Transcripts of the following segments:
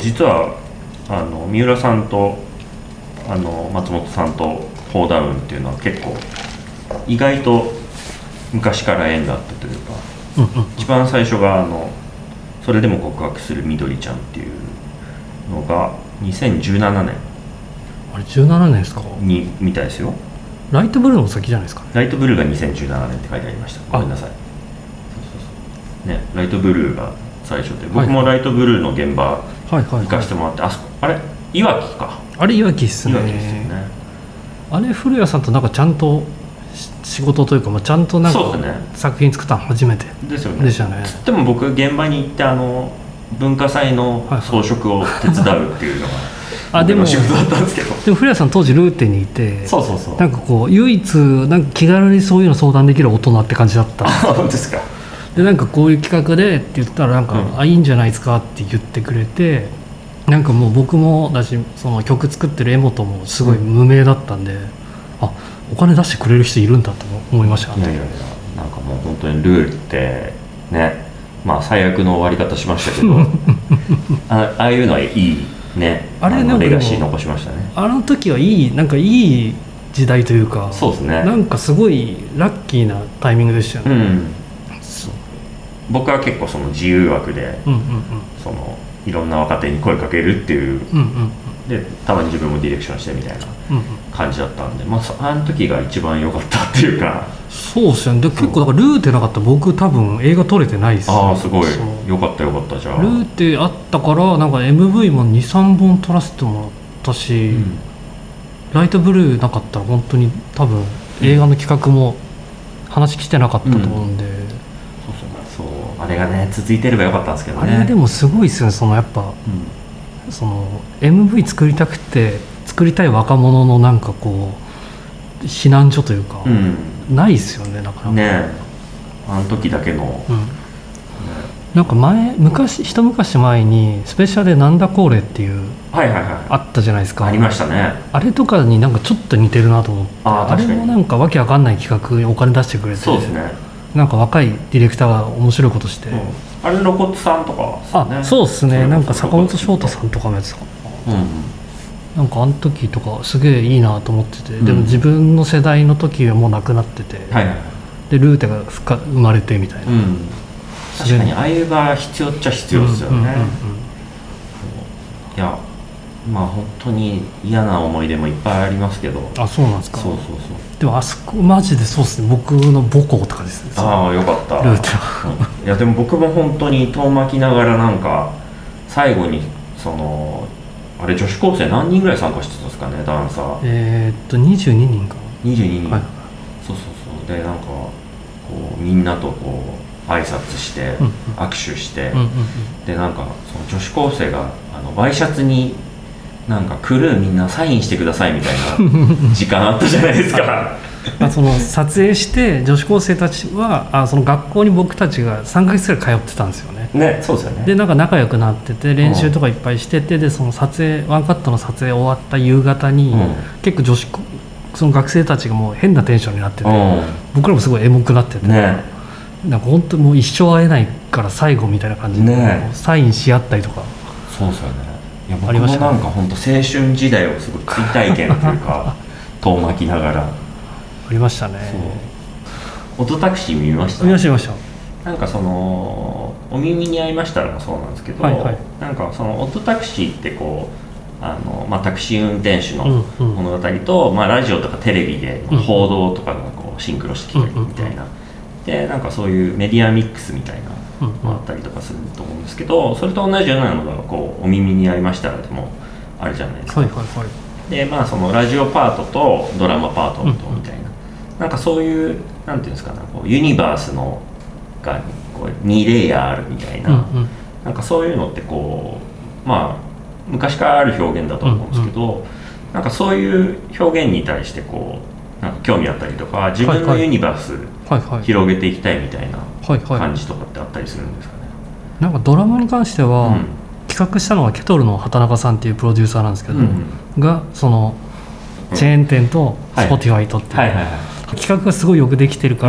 実は三浦さんと松本さんとフォーダウンっていうのは結構意外と昔から縁があったというか、一番最初がそれでも告白するみどりちゃんっていうのが2017年あれ17年ですかにみたいですよ。 ライトブルーの先じゃないですか。 ライトブルーが2017年って書いてありました。ごめんなさい。ね、ライトブルーが最初で、僕もライトブルーの現場行かせてもらって、あれいわきか。 あれいわきっすね。 いわきですよね。 あれ古谷さんとなんかちゃんと仕事というか、ちゃんとなんか作品作ったの初めてですよね。 でしたね。 でも僕現場に行って文化祭の装飾を手伝うっていうのが僕の仕事だったんですけど。 でも古谷さん当時ルーテにいて、 そうなんかこう唯一なんか気軽にそういうの相談できる大人って感じだったんですよ。 そうですか。 でなんかこういう企画でって言ったらなんか、いいんじゃないですかって言ってくれて、なんかもう僕もだしその曲作ってる江本もすごい無名だったんで、お金出してくれる人いるんだと思いました。 いやなんかもう本当にルールってね、最悪の終わり方しましたけどああいうのはいいね、レガシー残しましたね。 あの時はいい、なんかいい時代というか、 そうですね、 なんかすごいラッキーなタイミングでしたよね。 僕は結構その自由枠で、そのいろんな若手に声かけるっていう、でたまに自分もディレクションしてみたいな感じだったんで、あの時が一番良かったっていうか。 そうですよね。で結構だからルーテなかったら僕多分映画撮れてないですよ。 すごい良かったじゃあ。 ルーテあったからなんか MV も 2,3 本撮らせてもらったし、ライトブルーなかったら本当に多分映画の企画も話来てなかったと思うんで、 そうあれがね続いてればよかったんですけどね。 あれでもすごいですよね。そのやっぱ、その MV 作りたくて作りたい若者のなんかこう避難所というか、ないですよねなかなかね。あの時だけの、 なんか一昔前にスペシャルでなんだこれっていうあったじゃないですか。 ありましたね。 あれとかになんかちょっと似てるなと思って、あれもなんかわけわかんない企画にお金出してくれて、 そうですね、 なんか若いディレクターが面白いことして、 あれ露骨さんとか、 そうですね。なんか坂本翔太さんとかのやつとか、なんかあの時とかすげえいいなと思ってて、でも自分の世代の時はもうなくなってて、でルーテが生まれてみたいな、 確かにああいう場必要っちゃ必要ですよね。いや本当に嫌な思い出もいっぱいありますけど。 そうなんですか。 そうでもあそこマジでそうですね。僕の母校とかですね。 よかった。 ルーテは、 いやでも僕も本当に遠巻きながらなんか最後にあれ女子高生何人ぐらい参加してたんですかね、ダンサー。 22人かな。 22人、そうでなんかこうみんなとこう挨拶して、握手して、でなんかその女子高生がワイシャツになんかクルーみんなサインしてくださいみたいな時間あったじゃないですかその撮影して女子高生たちはその学校に僕たちが3ヶ月くらい通ってたんですよね。 そうですよね。 でなんか仲良くなってて練習とかいっぱいしてて、でその撮影ワンカットの撮影終わった夕方に、結構その学生たちがもう変なテンションになってて、僕らもすごいエモくなってて、なんか本当にもう一生会えないから最後みたいな感じで、サインし合ったりとか。 そうですよね。いや僕もなんか本当青春時代をすごい追体験というか遠巻きながらありましたね。 オトタクシー見ました？ 見ました。 なんかそのお耳に合いましたらもそうなんですけど、なんかそのオトタクシーってこうタクシー運転手の物語と、ラジオとかテレビで報道とかがこうシンクロしてきたりみたいな、でなんかそういうメディアミックスみたいなのあったりとかすると思うんですけど、それと同じようなのがこうお耳に合いましたらでもあるじゃないですか。でそのラジオパートとドラマパートとみたいな、なんかそういうなんていうんですかね、こうユニバースのがこう2レイヤーあるみたいな、なんかそういうのってこう昔からある表現だと思うんですけど、なんかそういう表現に対してこうなんか興味あったりとか、自分のユニバース広げていきたいみたいな感じとかってあったりするんですかね。 なんかドラマに関しては、企画したのはケトルの畑中さんっていうプロデューサーなんですけど、がそのチェーン店と Spotify とっていう、企画がすごいよくできてるから、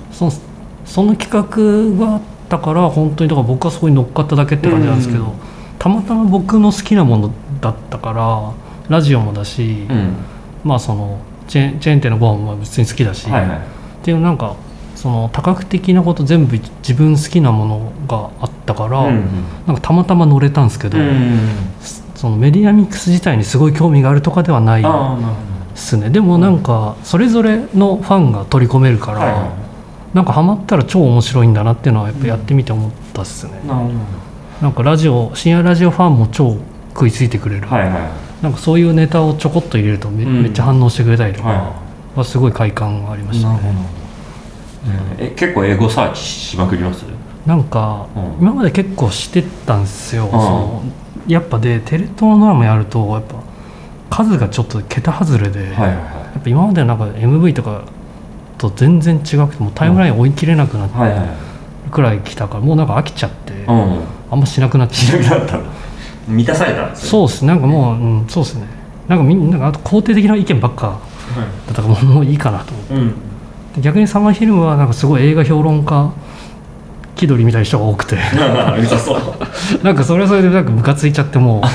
その企画があったから本当にだから僕はそこに乗っかっただけって感じなんですけど、 たまたま僕の好きなものだったからラジオもだし、まあそのチェーン店のご飯も別に好きだし、っていうなんかその多角的なこと全部自分好きなものがあったから、なんかたまたま乗れたんですけど、そのメディアミックス自体にすごい興味があるとかではないですね。でもなんかそれぞれのファンが取り込めるから、なんかハマったら超面白いんだなっていうのはやっぱやってみて思ったっすね。なんか深夜ラジオファンも超食いついてくれる、なんかそういうネタをちょこっと入れると めっちゃ反応してくれたりとかはすごい快感がありましたね。 結構エゴサーチしまくります？ なんか、今まで結構してたんですよ、やっぱでテレ東のドラマやるとやっぱ数がちょっと桁外れで、やっぱ今までなんか MV とかと全然違くてもうタイムライン追い切れなくなってくらい来たから、もうなんか飽きちゃって、あんましなくなっちゃった。 満たされたんですよ。 そうですね、なんかもう、そうですね、なんかみんなあと肯定的な意見ばっかだったからもういいかなと思って、逆にサマーフィルムはなんかすごい映画評論家気取りみたいな人が多くてなんかそれはそれでなんかムカついちゃってもう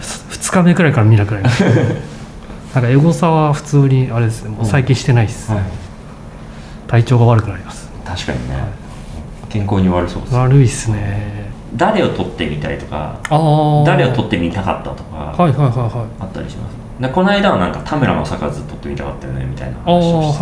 2日目くらいから見なくらいなんかエゴサは普通にあれですね、もう最近してないです、体調が悪くなります。 確かにね、健康に悪そうです。 悪いっすね。 誰を撮ってみたいとか、誰を撮ってみたかったとかあったりします。でこの間はなんか田村正和撮ってみたかったよねみたいな話をして、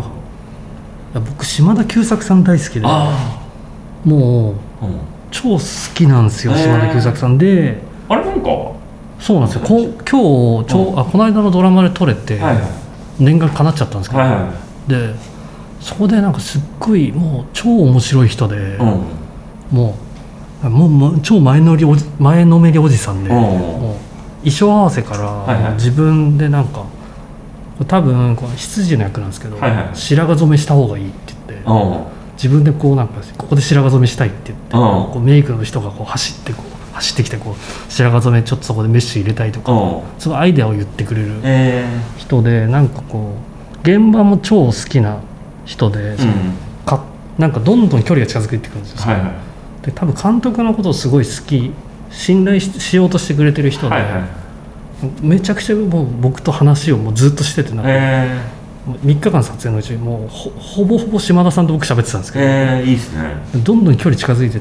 僕島田久作さん大好きで、もう、超好きなんですよ、島田久作さんで。 あれなんかそうなんですよ、今日この間のドラマで撮れて、念願叶っちゃったんですけど、でそこでなんかすっごいもう超面白い人で、もう超前のめりおじさんで、もう衣装合わせから自分でなんか多分この執事の役なんですけど、白髪染めした方がいいって言って、自分でこうなんかここで白髪染めしたいって言って、こうメイクの人がこう走ってきてこう白髪染めちょっとそこでメッシュ入れたいとか、そのアイデアを言ってくれる人で、なんかこう現場も超好きな人で、なんかどんどん距離が近づいてくるんですよ。で多分監督のことをすごい好き、信頼 しようとしてくれてる人で、めちゃくちゃもう僕と話をもうずっとしてて、なんか3日間撮影のうちもうほぼほぼ島田さんと僕喋ってたんですけど、 いいですね。 どんどん距離近づいてって、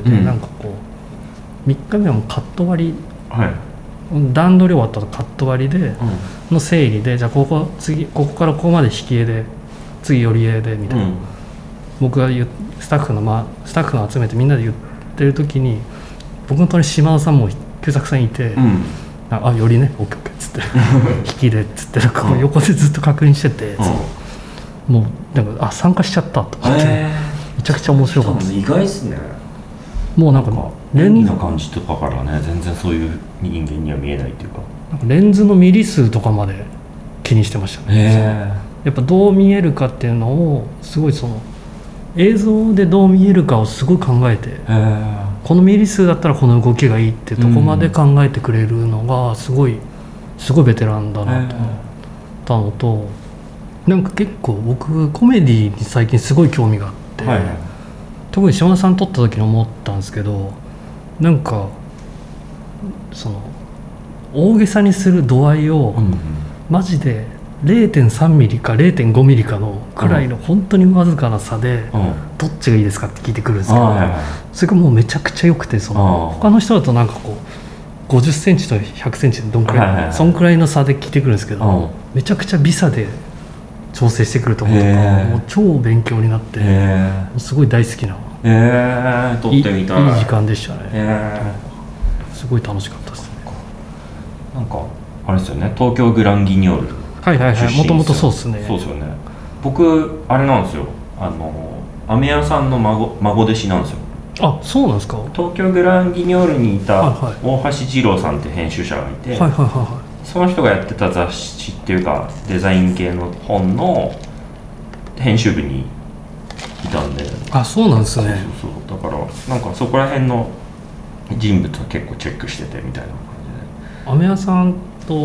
でなんかこう3日目はもうカット割り、段取り終わったとカット割りで、の整理で、じゃあここからここまで引き絵で次寄り絵でみたいな、僕がスタッフが集めてみんなで言ってる時に、僕の隣に島田さんも久作さんいて、よりね、オッケーオッケーっつって引きでっつってなんか横でずっと確認してて、もうなんか参加しちゃったとかって、めちゃくちゃ面白かったです。 意外ですね。 もうなんか演技の感じとかからね、全然そういう人間には見えないっていうか、 なんかレンズのミリ数とかまで気にしてましたね。やっぱどう見えるかっていうのをすごい、その映像でどう見えるかをすごい考えて、このミリ数だったらこの動きがいいってとこまで考えてくれるのがすごいベテランだなと思ったのと、なんか結構僕コメディに最近すごい興味があって、特に島田さん撮った時に思ったんですけど、なんかその大げさにする度合いをマジで0.3 ミリか 0.5 ミリかのくらいの本当にわずかな差で、どっちがいいですかって聞いてくるんですけど、それがもうめちゃくちゃ良くて、その他の人だとなんかこう50センチと100センチでどんくらい、そんくらいの差で聞いてくるんですけど、めちゃくちゃ微差で調整してくるところとか、もう超勉強になって、すごい大好きな、 撮ってみたい、 いい時間でしたね。すごい楽しかったですね。 なんかあれですよね、東京グランギニョール、 もともとそうですね。 そうですよね。僕あれなんですよ、飴屋さんの孫弟子なんですよ。 あ、そうなんですか。 東京グランギニョールにいた大橋二郎さんって編集者がいて、その人がやってた雑誌っていうかデザイン系の本の編集部にいたんで。 あ、そうなんですね。 そうだからなんかそこら辺の人物を結構チェックしててみたいな感じで。 飴屋さんと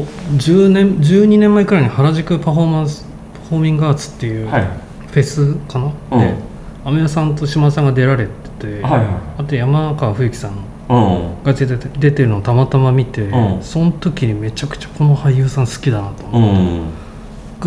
12年前くらいに原宿パフォーミングアーツっていうフェスかな、で飴屋さんと島田さんが出られてて、あと山川冬樹さんが出てるのをたまたま見て、その時にめちゃくちゃこの俳優さん好きだなと思って、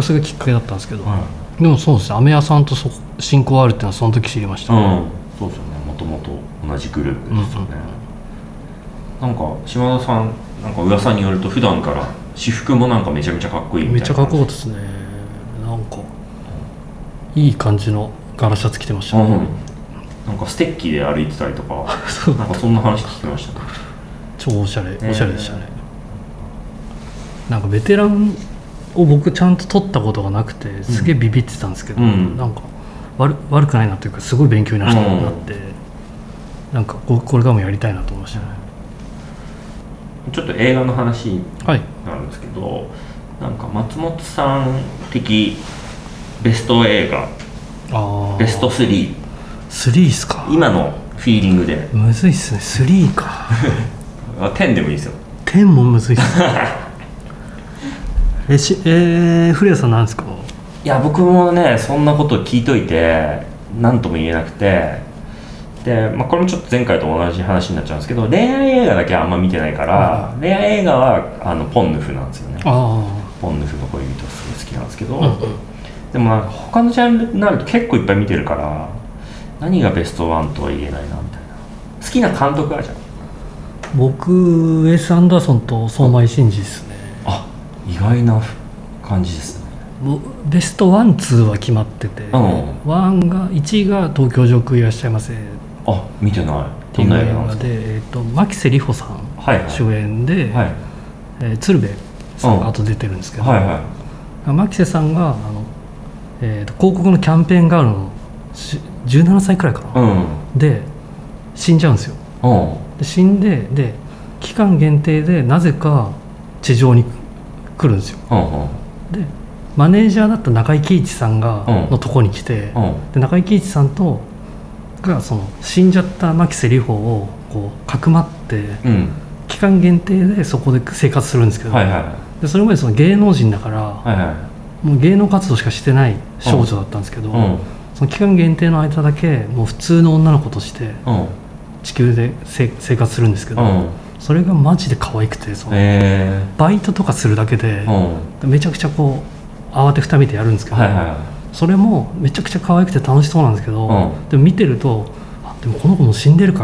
それがきっかけだったんですけど、でもそうですね、飴屋さんと親交あるっていうのはその時知りました、 そうですよね、もともと同じグループですよね。なんか島田さん、なんか噂によると普段から私服もなんかめちゃめちゃかっこいいみたいな。 めっちゃかっこよかったですね。なんかいい感じの柄シャツ着てましたね、 なんかステッキで歩いてたりとかなんかそんな話聞きましたね。 超おしゃれでしたね。なんかベテランを僕ちゃんと取ったことがなくてすげえビビってたんですけど、なんか悪くないなというかすごい勉強になって、なんかこれからもやりたいなと思いましたね。 ちょっと映画の話になるんですけど、なんか松本さん的ベスト映画、ベスト3 ですか。 今のフィーリングで。 むずいっすね、3か 10でもいいですよ。 10もむずいっすね古谷さんなんですか。 いや僕もねそんなこと聞いといて何とも言えなくて、で、これもちょっと前回と同じ話になっちゃうんですけど、恋愛映画だけあんま見てないから、恋愛映画はポンヌフなんですよね。ポンヌフの恋人すごい好きなんですけど、でもなんか他のジャンルになると結構いっぱい見てるから何がベストワンとは言えないなみたいな。好きな監督はじゃん。 僕ウェス・アンダーソンと相馬真司ですね。 意外な感じですね。 ベストワンツーは決まってて、1が東京上空いらっしゃいませ。 見てない。 どんな映画なんですか。牧瀬里穂さん主演で、鶴瓶さんが後出てるんですけど、牧瀬さんが広告のキャンペーンガールの17歳くらいかな、で死んじゃうんですよ。で死んで期間限定でなぜか地上に来るんですよ。でマネージャーだった中井貴一さんがのとこに来て、で中井貴一さんがその死んじゃった牧瀬里穂をこうかくまって、期間限定でそこで生活するんですけど、でそれまでその芸能人だから、もう芸能活動しかしてない少女だったんですけど、その期間限定の間だけもう普通の女の子として地球で生活するんですけど、それがマジで可愛くて、そのバイトとかするだけでめちゃくちゃこう慌てふためてやるんですけど、それもめちゃくちゃ可愛くて楽しそうなんですけど、でも見てるとでもこの子も死んでるから、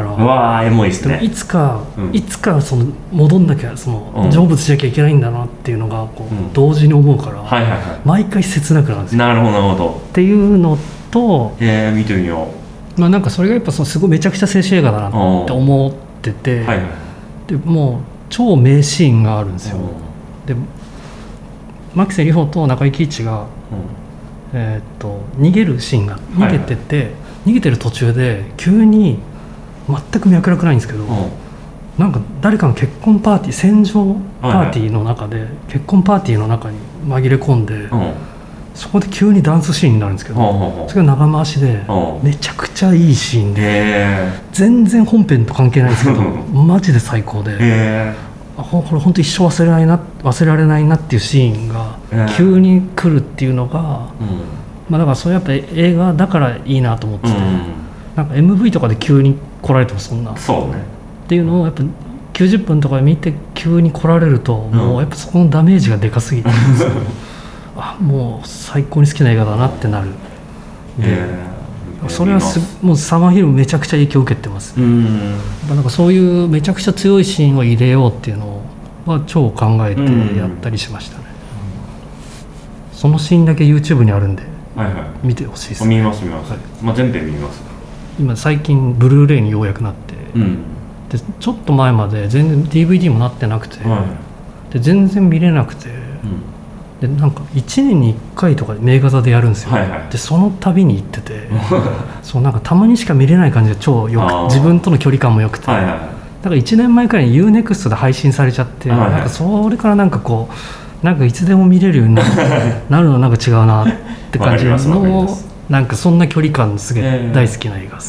エモいですね。 でもいつかその戻んなきゃ、その成仏しなきゃいけないんだなっていうのがこう同時に思うから、毎回切なくなるんですよ。 なるほどっていうのと、 見てみよう。 なんかそれがやっぱすごいめちゃくちゃ青春映画だなって思ってて、でもう超名シーンがあるんですよ。で牧瀬里穂と中井貴一が、逃げるシーンが逃げてて、逃げてる途中で急に全く脈絡ないんですけど、なんか誰かの結婚パーティー、戦場パーティーの中で、結婚パーティーの中に紛れ込んで、そこで急にダンスシーンになるんですけど、それが長回しでめちゃくちゃいいシーンで、全然本編と関係ないんですけどマジで最高で、これ本当一生忘れられないなっていうシーンが急に来るっていうのが、だからそれやっぱ映画だからいいなと思ってて、なんか MV とかで急に来られてもそんなっていうのをやっぱ90分とかで見て急に来られると、もうやっぱそこのダメージがでかすぎてもう最高に好きな映画だなってなる。それはもうサマーヒルめちゃくちゃ影響を受けてます。なんかそういうめちゃくちゃ強いシーンを入れようっていうのは超考えてやったりしましたね。そのシーンだけ YouTube にあるんで見てほしいです。 見ます、全編見ます。 今最近ブルーレイにようやくなって、でちょっと前まで全然 DVD もなってなくて、で全然見れなくて、でなんか1年に1回とかで名画座でやるんですよ。でその度に行っててそうなんかたまにしか見れない感じで超よく、自分との距離感もよくて、だから1年前くらいに UNEXT で配信されちゃって、なんかそれからなんかこうなんかいつでも見れるようになるのなんか違うなって感じのなんかそんな距離感すげえ大好きな映画です。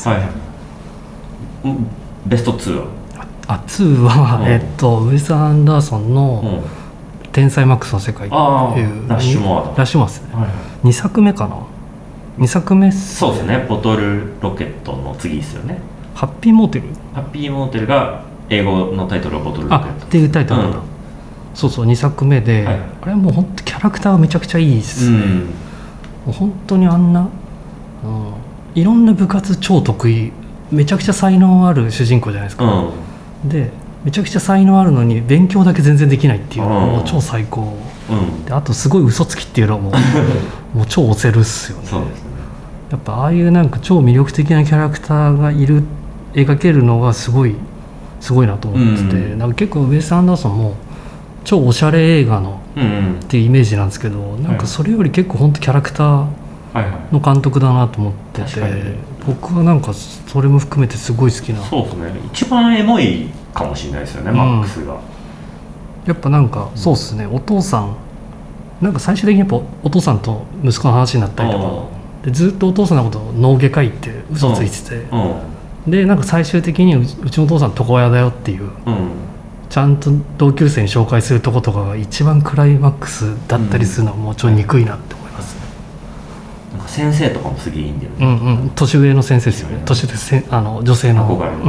ベスト2は 2はウェス・アンダーソンの天才マックスの世界っていうラッシュモアですね。2作目かな。2作目そうですね。ボトルロケットの次ですよね。 ハッピーモーテルが英語のタイトルはボトルあっていうタイトルなんだ、そうそう2作目で、はい、あれはもう本当キャラクターがめちゃくちゃいいですね、もう本当にあんな、いろんな部活超得意、めちゃくちゃ才能ある主人公じゃないですか、でめちゃくちゃ才能あるのに勉強だけ全然できないっていうのがもう超最高、であとすごい嘘つきっていうのはもう超押せるっすよね。 そうですね、 やっぱああいうなんか超魅力的なキャラクターがいる描けるのがすごいなと思ってて、なんか結構ウェス・アンダーソンも超おしゃれ映画のっていうイメージなんですけど、なんかそれより結構本当キャラクターの監督だなと思ってて、僕はなんかそれも含めてすごい好きな。 そうですね、一番エモいかもしれないですよね、マックスが。 やっぱなんかそうっすね、お父さんなんか最終的にやっぱお父さんと息子の話になったりとかで、ずっとお父さんのことを脳外科医って嘘ついてて、でなんか最終的にうちのお父さん床屋だよっていう、ちゃんと同級生に紹介するとことかが一番クライマックスだったりするのはもうちょっと憎いなって思います、 なんか先生とかもすげえいいんだよね、 年上の先生ですよね、年上女性の憧れの、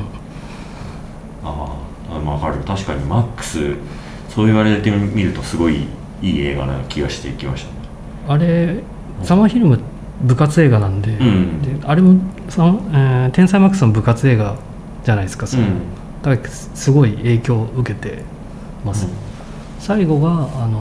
分かる、確かにマックスそう言われてみるとすごいいい映画な気がしてきましたね。あれサマーフィルム部活映画なんで、であれも天才マックスの部活映画じゃないですか、だからすごい影響を受けてます、最後が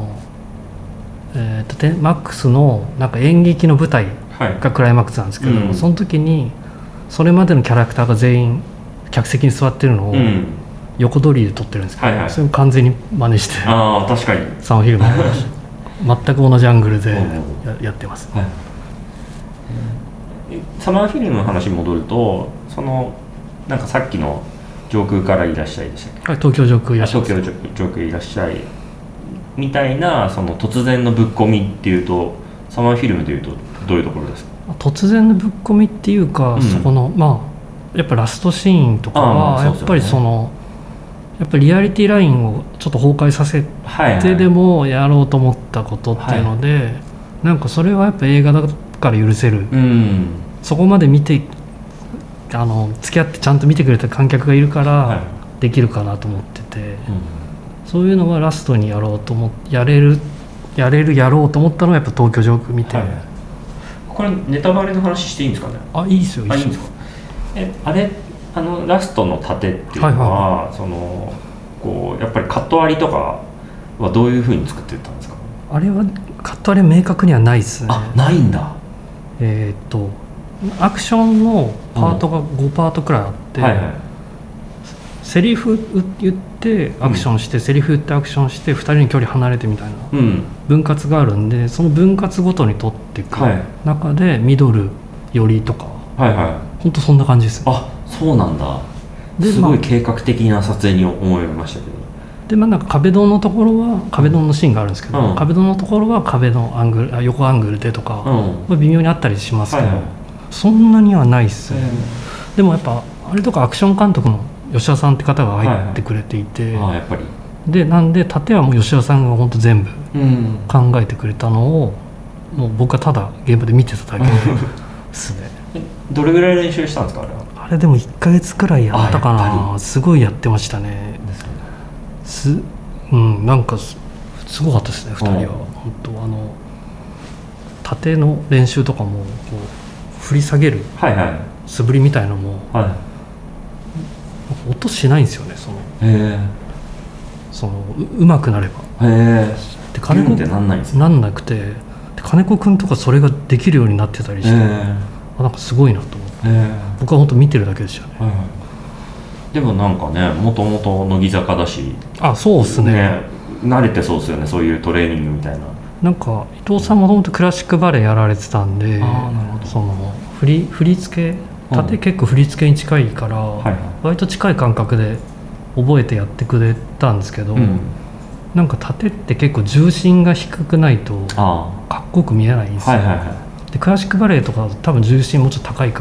マックスのなんか演劇の舞台がクライマックスなんですけど、その時にそれまでのキャラクターが全員客席に座ってるのを横取りで撮ってるんですけど、それを完全に真似して確かにサマーフィルム全く同じアングルでやってます、 サマーフィルムの話に戻ると、そのなんかさっきの上空からいらっしゃいでしたっけ、 東京上空いらっしゃい、 東京上空いらっしゃいみたいな、その突然のぶっ込みっていうとサマーフィルムでいうとどういうところですか。 突然のぶっ込みっていうか、そこのやっぱラストシーンとかはやっぱりそのやっぱりリアリティラインをちょっと崩壊させてでもやろうと思ったことっていうので、なんかそれはやっぱ映画だから許せる、そこまで見て付き合ってちゃんと見てくれた観客がいるからできるかなと思ってて、そういうのはラストにやろうとやろうと思ったのはやっぱ東京上空見て、 これネタバレの話していいんですかね。 いいですよ、 いいんですか。あれラストの盾っていうのは、そのこうやっぱりカット割りとかはどういうふうに作ってたんですか。 あれはカット割りは明確にはないですね。 ないんだ。 アクションのパートが5パートくらいあって、セリフ言ってアクションして、セリフ言ってアクションして2人に距離離れてみたいな分割があるんで、その分割ごとに撮っていく中でミドル寄りとか、本当そんな感じです。 そうなんだ。すごい計画的な撮影に思いましたけど、 でなんか壁ドンのところは壁ドンのシーンがあるんですけど、壁ドンのところは壁のアングル横アングルでとか、微妙にあったりしますけど、そんなにはないっすね、でもやっぱあれとかアクション監督の吉田さんって方が入ってくれていて、 やっぱりでなんで盾はもう吉田さんが本当全部考えてくれたのを、もう僕はただ現場で見てただけですね。 どれぐらい練習したんですか。 あれでも1ヶ月くらいやったかな。すごいやってましたね。なんかすごかったですね、2人は。本当盾の練習とかもこう振り下げる素振りみたいなのも、音しないんですよね。そのうまくなれば。で金子ってなんなくて、で金子君とかそれができるようになってたりして、なんかすごいなと思って、僕は本当見てるだけでしたね。 でもなんかね、もともと乃木坂だし、 そうですね、 慣れてそうですよね、そういうトレーニングみたいな。 なんか伊藤さんもともとクラシックバレエやられてたんで、その振り付け盾結構振り付けに近いから、割と近い感覚で覚えてやってくれたんですけど、なんか盾って結構重心が低くないとかっこよく見えないんですよ。でクラシックバレエとか多分重心もうちょっと高いから、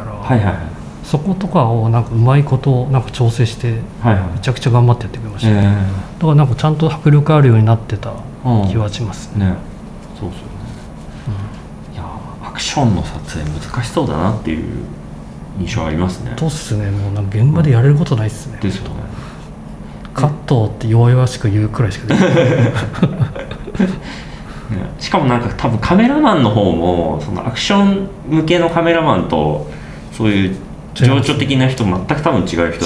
そことかをなんかうまいことなんか調整してめちゃくちゃ頑張ってやってくれました、だからなんかちゃんと迫力あるようになってた気はしますね。 そうですよね、いやアクションの撮影難しそうだなっていう印象ありますね。 そうっすね、もうなんか現場でやれることないっすね、 ですよね。 カットって弱々しく言うくらいしかできないしかもなんか多分カメラマンの方もそのアクション向けのカメラマンとそういう情緒的な人全く多分違う人だから、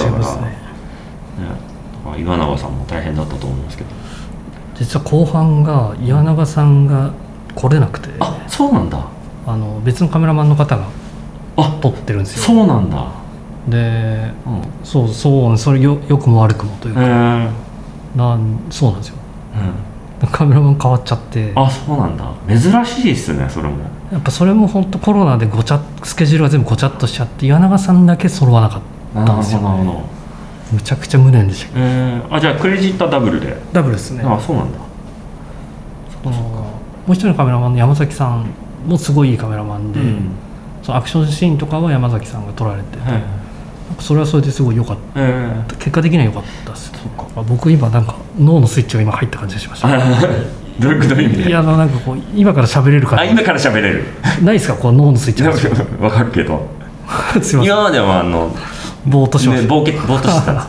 岩永さんも大変だったと思いますけど、 実は後半が岩永さんが来れなくて、 あ、そうなんだ、 別のカメラマンの方が撮ってるんですよ。 そうなんだ。 で、そうそれ良くも悪くもというか、そうなんですよ、カメラマン変わっちゃって。 あ、そうなんだ。珍しいですね、それも。 やっぱそれも本当コロナでスケジュールが全部ごちゃっとしちゃって、岩永さんだけ揃わなかったんですよね。むちゃくちゃ無念でしたけど。 じゃあクレジットはダブルで。 ダブルですね。 あ、そうなんだ。 もう一人のカメラマンの山崎さんもすごいいいカメラマンで、そのアクションシーンとかは山崎さんが撮られてて、それはそれですごい良かった、結果的には良かったです。僕今なんか脳のスイッチが今入った感じがしました。 どういう意味で？ いや、なんかこう今から喋れるから。 今から喋れる。 ないですか、こう脳のスイッチが。 わかるけど。 すいません。 今まではぼーっとしました。 ぼーっとしてたんです。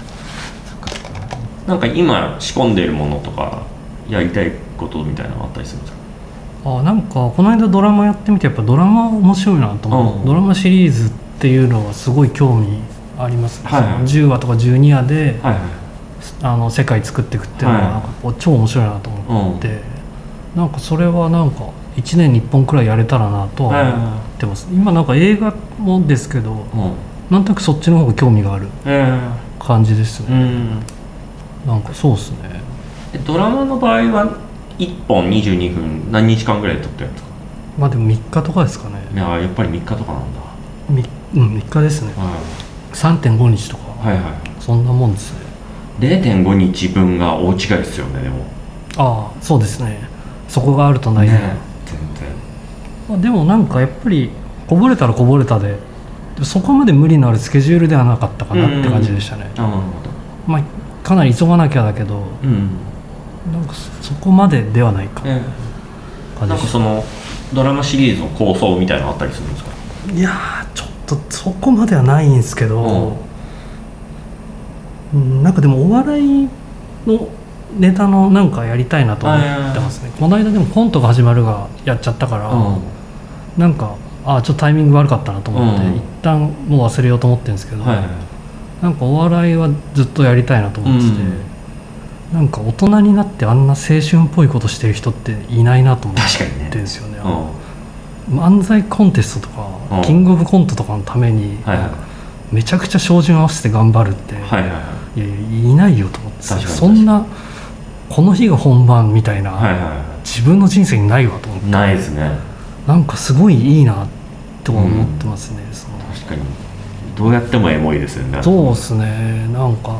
なんか今仕込んでいるものとかやりたいことみたいなのあったりするんですか？ なんかこの間ドラマやってみて、やっぱドラマ面白いなと思う。ドラマシリーズっていうのはすごい興味あります、10話とか12話で、世界作っていくっていうのはなんかこう超面白いなと思って、なんかそれはなんか1年に1本くらいやれたらなとは思ってます。今なんか映画もですけど、なんとなくそっちの方が興味がある感じですね。なんかそうですね。 ドラマの場合は1本22分何日間ぐらいで撮ってるんですか？ まあでも3日とかですかね。 いや、やっぱり3日とかなんだ。 3日ですね。3.5 日とか、そんなもんですね。 0.5 日分が大違いですよね。でもそうですね。そこがあるとないね。 全然。でもなんかやっぱりこぼれたらこぼれたで、そこまで無理のあるスケジュールではなかったかなって感じでしたね。まあかなり急がなきゃだけど、なんかそこまでではないか、 なんかそのドラマシリーズの構想みたいなのあったりするんですか？ いやちょっとそこまではないんですけど、なんかでもお笑いのネタのなんかやりたいなと思ってますね。この間でもコントが始まるがやっちゃったから、なんかちょっとタイミング悪かったなと思って、一旦もう忘れようと思ってるんですけど、なんかお笑いはずっとやりたいなと思ってて、なんか大人になってあんな青春っぽいことしてる人っていないなと思ってるんですよね。漫才コンテストとか、キングオブコントとかのために、めちゃくちゃ照準合わせて頑張るって、いないよと思って、そんなこの日が本番みたいな、自分の人生にないわと思って。 ないですね。 なんかすごいいいなと思ってますね。 確かにどうやってもエモいですよね。 そうですね。なんか、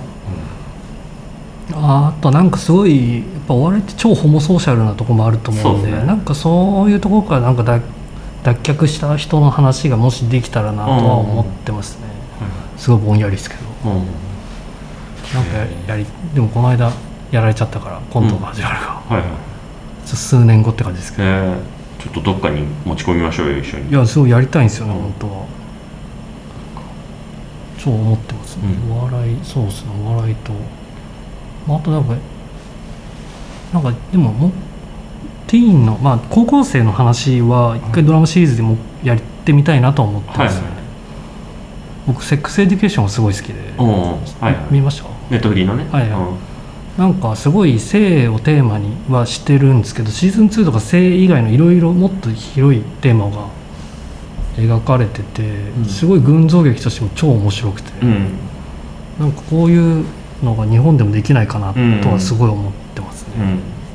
あとなんかすごいやっぱお笑いって超ホモソーシャルなところもあると思うんで、なんかそういうところからなんか脱却した人の話がもしできたらなとは思ってますね。すごいぼんやりですけど、なんかでもこの間やられちゃったからコントが始まるが、数年後って感じですけど、 ちょっとどっかに持ち込みましょうよ、一緒に。 いや、すごいやりたいんですよね、本当は。そう思ってますね。お笑い、そうですね、お笑いと、あとなんかでもティーンの、高校生の話は一回ドラマシリーズでもやってみたいなと思ってますね。僕セックスエデュケーションがすごい好きで、見ました？ ネットフリーのね。 なんかすごい性をテーマにはしてるんですけど、シーズン2とか性以外のいろいろもっと広いテーマが描かれてて、すごい群像劇としても超面白くて、なんかこういうのが日本でもできないかなとはすごい思ってますね。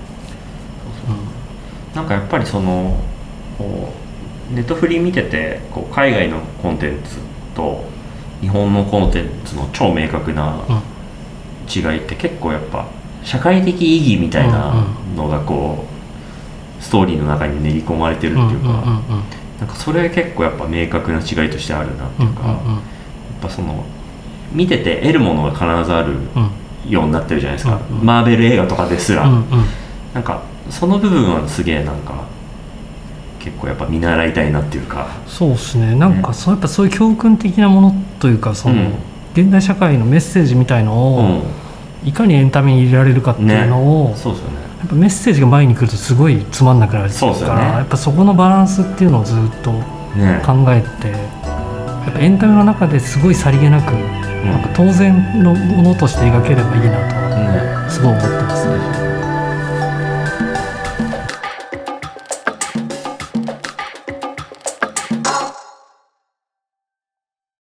なんかやっぱりそのネットフリー見てて海外のコンテンツと日本のコンテンツの超明確な違いって結構やっぱ社会的意義みたいなのがストーリーの中に練り込まれてるっていうか、なんかそれ結構やっぱ明確な違いとしてあるなっていうか、やっぱその見てて得るものが必ずあるようになってるじゃないですか、マーベル映画とかですら、なんかその部分はすげえなんか結構やっぱ見習いたいなっていうか。 そうですね。なんかやっぱそういう教訓的なものというか、その、現代社会のメッセージみたいのをいかにエンタメに入れられるかっていうのを、 そうですよね、 やっぱメッセージが前に来るとすごいつまんなくなるから、 そうですよね、 やっぱそこのバランスっていうのをずっと考えて、やっぱエンタメの中ですごいさりげなく、なんか当然のものとして描ければいいなとはすごい思ってますね。